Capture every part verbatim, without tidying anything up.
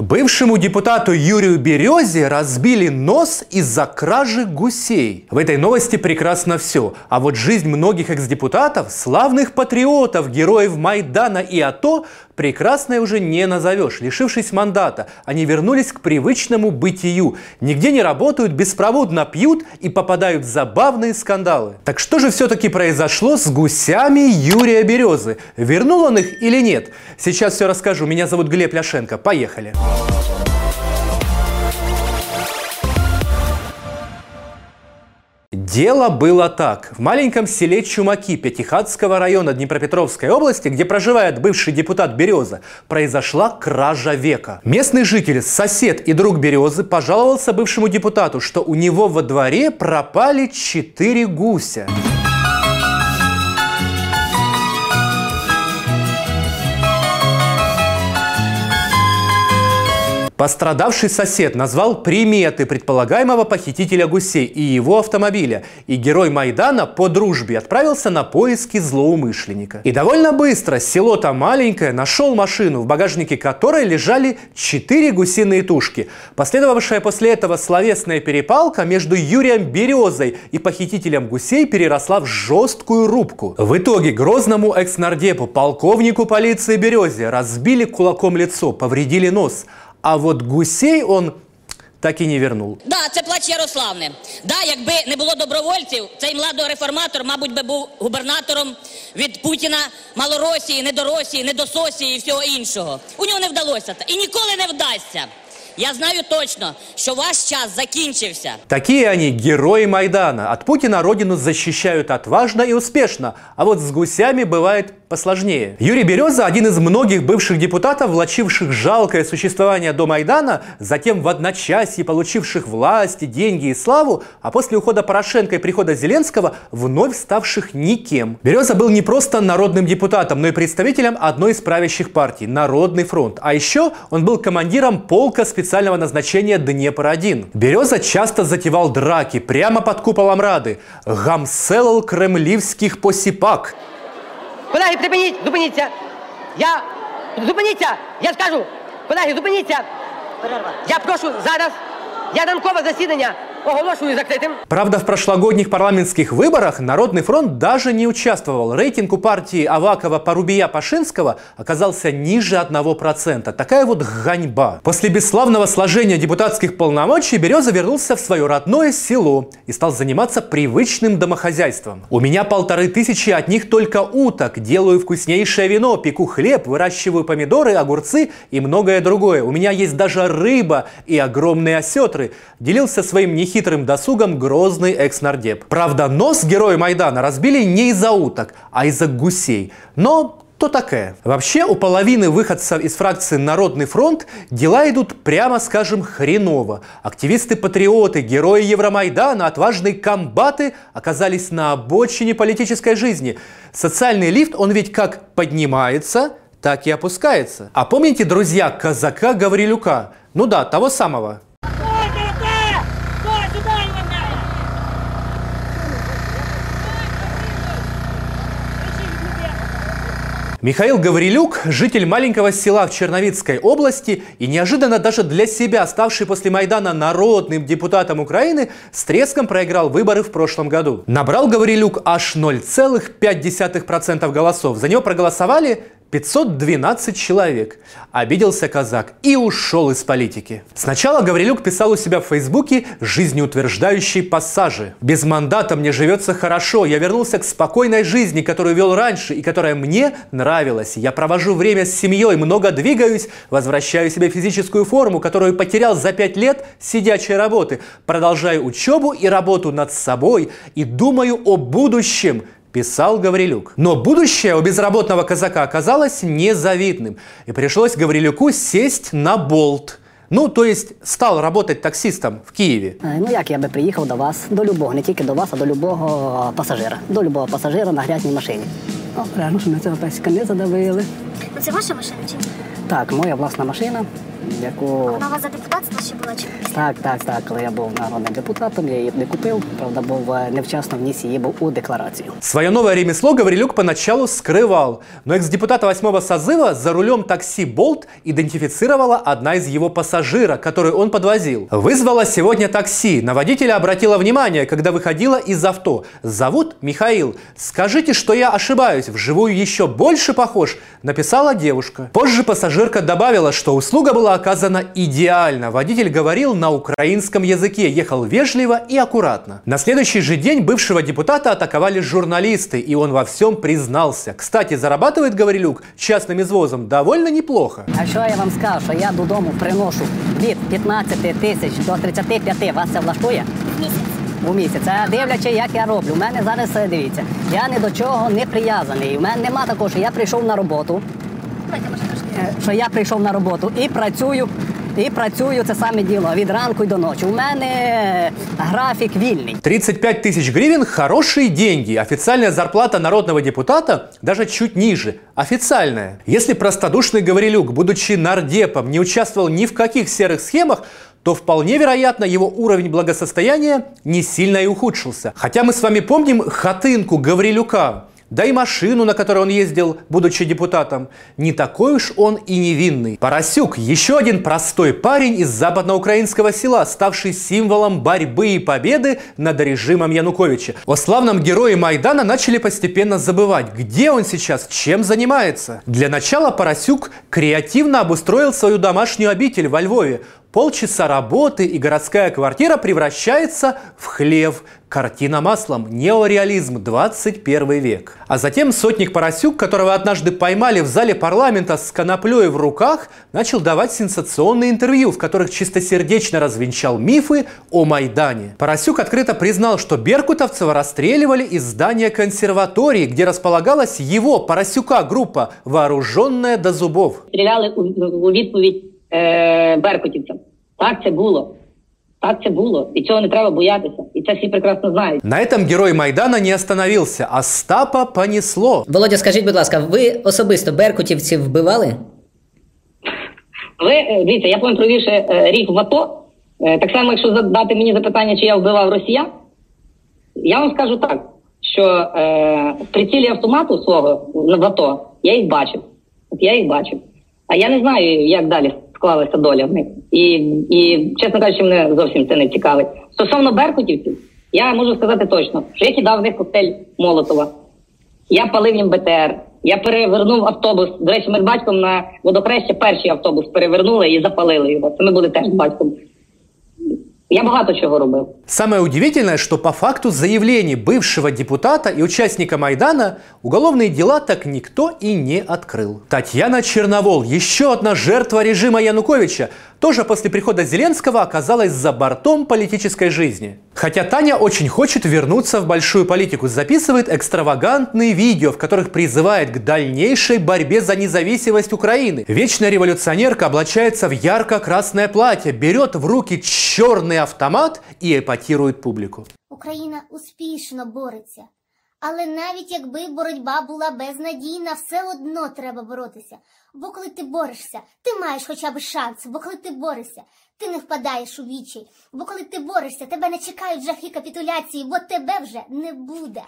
Бывшему депутату Юрию Березе разбили нос из-за кражи гусей. В этой новости прекрасно все. А вот жизнь многих экс-депутатов, славных патриотов, героев Майдана и АТО прекрасной уже не назовешь. Лишившись мандата, они вернулись к привычному бытию. Нигде не работают, беспроводно пьют и попадают в забавные скандалы. Так что же все-таки произошло с гусями Юрия Березы? Вернул он их или нет? Сейчас все расскажу. Меня зовут Глеб Ляшенко. Поехали. Дело было так. В маленьком селе Чумаки Пятихатского района Днепропетровской области, где проживает бывший депутат Береза, произошла кража века. Местный житель, сосед и друг Березы пожаловался бывшему депутату, что у него во дворе пропали четыре гуся. Пострадавший сосед назвал приметы предполагаемого похитителя гусей и его автомобиля, и герой Майдана по дружбе отправился на поиски злоумышленника. И довольно быстро, село-то маленькое, нашел машину, в багажнике которой лежали четыре гусиные тушки. Последовавшая после этого словесная перепалка между Юрием Березой и похитителем гусей переросла в жесткую рубку. В итоге грозному экс-нардепу, полковнику полиции Березе, разбили кулаком лицо, повредили нос. А вот гусей он так і не вернув. Да, це плач Ярославне. Да, якби не було добровольців, цей младореформатор, мабуть, би був губернатором від Путіна, Малоросії, Недоросії, Недососії і всього іншого. У нього не вдалося і ніколи не вдасться. Я знаю точно, что ваш час закончился. Такие они, герои Майдана. От Путина родину защищают отважно и успешно. А вот с гусями бывает посложнее. Юрий Береза – один из многих бывших депутатов, влачивших жалкое существование до Майдана, затем в одночасье получивших власть, деньги и славу, а после ухода Порошенко и прихода Зеленского вновь ставших никем. Береза был не просто народным депутатом, но и представителем одной из правящих партий – Народный фронт. А еще он был командиром полка специальных специального назначения Днепр один. Береза часто затевал драки прямо под куполом Рады. Гамселил кремлівських посіпак. Колеги, припиніть, зупиніться. Я... Зупиніться, я скажу. Колеги, зупиніться. Я прошу зараз. Я ранкове засідання оголошую закрытым. Правда, в прошлогодних парламентских выборах Народный фронт даже не участвовал. Рейтинг у партии Авакова, Порубия, Пашинского оказался ниже одного процента. Такая вот ганьба. После бесславного сложения депутатских полномочий Береза вернулся в свое родное село и стал заниматься привычным домохозяйством. У меня полторы тысячи одних только уток. Делаю вкуснейшее вино, пеку хлеб, выращиваю помидоры, огурцы и многое другое. У меня есть даже рыба и огромные осетры. Делился своим нехитрым хитрым досугом грозный экс-нардеп. Правда, нос героя Майдана разбили не из-за уток, а из-за гусей. Но то такое. Вообще, у половины выходцев из фракции Народный фронт дела идут, прямо скажем, хреново. Активисты-патриоты, герои Евромайдана, отважные комбаты оказались на обочине политической жизни. Социальный лифт, он ведь как поднимается, так и опускается. А помните, друзья, казака Гаврилюка? Ну да, того самого. Михаил Гаврилюк – житель маленького села в Черновицкой области и неожиданно даже для себя, ставший после Майдана народным депутатом Украины, с треском проиграл выборы в прошлом году. Набрал Гаврилюк аж ноль целых пять десятых процента голосов. За него проголосовали пятьсот двенадцать человек. Обиделся казак и ушел из политики. Сначала Гаврилюк писал у себя в Фейсбуке жизнеутверждающие пассажи. «Без мандата мне живется хорошо. Я вернулся к спокойной жизни, которую вел раньше и которая мне нравилась. Я провожу время с семьей, много двигаюсь, возвращаю себе физическую форму, которую потерял за пять лет сидячей работы. Продолжаю учебу и работу над собой и думаю о будущем», писал Гаврилюк. Но будущее у безработного казака оказалось незавидным. И пришлось Гаврилюку сесть на болт. Ну, то есть стал работать таксистом в Києві. Ну, як я би приїхав до вас, до любого, не тільки до вас, а до любого пасажира. До любого пасажира на грязній машині. О, реально, що ми цього песика не задавили. Це ваша машина чи ні? Так, моя власна машина. яку... Вона у вас за депутатство ще була чи після? Так, так, так. Коли я був народним депутатом, я її не купив. Правда, був невчасно вніс її був у декларацию. Свое новое ремесло Гаврилюк поначалу скрывал, но экс-депутата восьмого созыва за рулем такси «Болт» идентифицировала одна из его пассажирок, которую он подвозил. Вызвала сегодня такси. На водителя обратила внимание, когда выходила из авто. Зовут Михаил. «Скажите, что я ошибаюсь, вживую еще больше похож», написала девушка. Позже пассажирка добавила, что услуга была оказана идеально. Водитель говорил на украинском языке, ехал вежливо и аккуратно. На следующий же день бывшего депутата атаковали журналисты, и он во всем признался. Кстати, зарабатывает Гаврилюк частным извозом довольно неплохо. А що я вам скажу, що я додому приношу від п'ятнадцяти тисяч до тридцяти п'яти. Вас це влаштує? В місяць. У місяць. А дивлячи, як я роблю. У мене зараз, дивіться, я ні до чого не прив'язаний. У мене нема такого, що я прийшов на роботу. Давайте, може, трошки. Що я прийшов на роботу і працюю, і працюю це саме діло від ранку й до ночі. У мене графік вільний. тридцать пять тысяч гривен – хорошие деньги. Официальная зарплата народного депутата даже чуть ниже. Официальная. Если простодушный Гаврилюк, будучи нардепом, не участвовал ни в каких серых схемах, то вполне вероятно его уровень благосостояния не сильно и ухудшился. Хотя мы с вами помним хатынку Гаврилюка, да и машину, на которой он ездил, будучи депутатом. Не такой уж он и невинный. Поросюк – еще один простой парень из западноукраинского села, ставший символом борьбы и победы над режимом Януковича. О славном герое Майдана начали постепенно забывать, где он сейчас, чем занимается. Для начала Поросюк креативно обустроил свою домашнюю обитель во Львове. Полчаса работы, и городская квартира превращается в хлев. Картина маслом. Неореализм. двадцать первый век. А затем сотник Поросюк, которого однажды поймали в зале парламента с коноплей в руках, начал давать сенсационные интервью, в которых чистосердечно развенчал мифы о Майдане. Поросюк открыто признал, что беркутовцева расстреливали из здания консерватории, где располагалась его, Поросюка, группа, вооруженная до зубов. Стріляли у, у відповідь е, беркутівцям. Так це було. Так це було. І цього не треба боятися. І це всі прекрасно знають. На этом герой Майдана не остановился. Остапа понесло. Володя, скажіть, будь ласка, ви особисто беркутівців вбивали? Ви, е, дивіться, я потім провівши е, рік в АТО, е, так само, якщо задати мені запитання, чи я вбивав росіян, я вам скажу так, що е, прицілі автомату свого в АТО, я їх бачив. От я їх бачив. А я не знаю, як далі склалася доля в них. І, і чесно кажучи, мене зовсім це не цікавить. Стосовно беркутівців, я можу сказати точно, що я кидав в них коктейль Молотова, я палив їм БТР, я перевернув автобус. До речі, ми з батьком на Водохреща перший автобус перевернули і запалили його. Це ми були теж з батьком. Я багато чего робил. Самое удивительное, что по факту заявлений бывшего депутата и участника Майдана уголовные дела так никто и не открыл. Татьяна Черновол, еще одна жертва режима Януковича, тоже после прихода Зеленского оказалась за бортом политической жизни. Хотя Таня очень хочет вернуться в большую политику, записывает экстравагантные видео, в которых призывает к дальнейшей борьбе за независимость Украины. Вечная революционерка облачается в ярко-красное платье, берет в руки черный автомат и эпатирует публику. Україна успішно бореться. Але навіть якби боротьба була безнадійна, все одно треба боротися. Бо коли ти борешся, ти маєш хоча б шанс. Бо коли ти борешся, ти не впадаєш у відчай. Бо коли ти борешся, тебе не чекають жахи капітуляції, бо тебе вже не буде.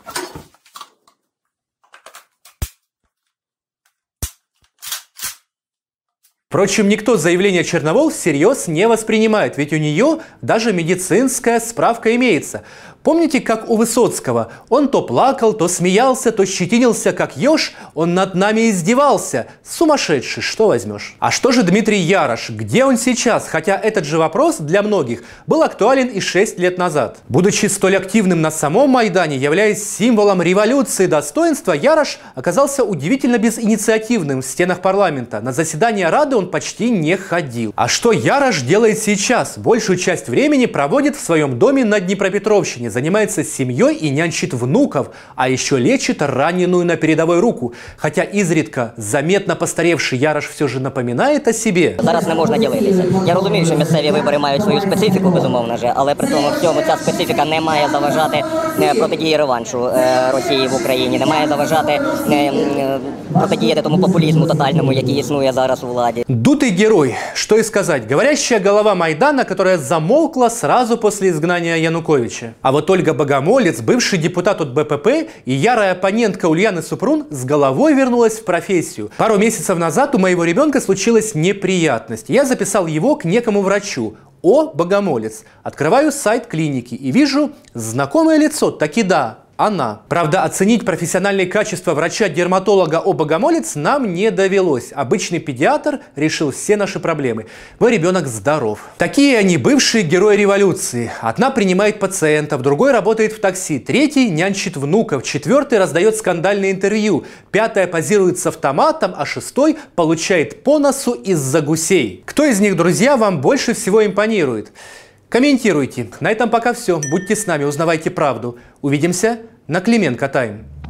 Впрочем, никто заявление Черновол всерьез не воспринимает, ведь у нее даже медицинская справка имеется. Помните, как у Высоцкого? Он то плакал, то смеялся, то щетинился, как еж, он над нами издевался. Сумасшедший, что возьмешь? А что же Дмитрий Ярош? Где он сейчас? Хотя этот же вопрос для многих был актуален и шесть лет назад. Будучи столь активным на самом Майдане, являясь символом революции достоинства, Ярош оказался удивительно безинициативным в стенах парламента. На заседания Рады он почти не ходил. А что Ярош делает сейчас? Большую часть времени проводит в своем доме на Днепропетровщине, занимается семьей и нянчит внуков, а еще лечит раненую на передовой руку. Хотя изредка заметно постаревший Ярош все же напоминает о себе. Зараз не можна ділитися. Я розумію, що місцеві вибори мають свою специфіку, безумовно же, але при тому всьому ця специфіка не має заважати протидії реваншу Росії в Україні, не має заважати протидіяти тому популізму тотальному, який існує зараз у владі. Дутый герой, что и сказать. Говорящая голова Майдана, которая замолкла сразу после изгнания Януковича. А вот Ольга Богомолец, бывший депутат от Бэ Пэ Пэ и ярая оппонентка Ульяны Супрун, с головой вернулась в профессию. Пару месяцев назад у моего ребенка случилась неприятность. Я записал его к некому врачу. О, Богомолец. Открываю сайт клиники и вижу знакомое лицо, таки да. Она. Правда, оценить профессиональные качества врача-дерматолога О. Богомолец нам не довелось. Обычный педиатр решил все наши проблемы. Мой ребенок здоров. Такие они, бывшие герои революции. Одна принимает пациентов, другой работает в такси, третий нянчит внуков, четвертый раздает скандальные интервью, пятая позирует с автоматом, а шестой получает по носу из-за гусей. Кто из них, друзья, вам больше всего импонирует? Комментируйте. На этом пока все. Будьте с нами, узнавайте правду. Увидимся на Клименко Тайм.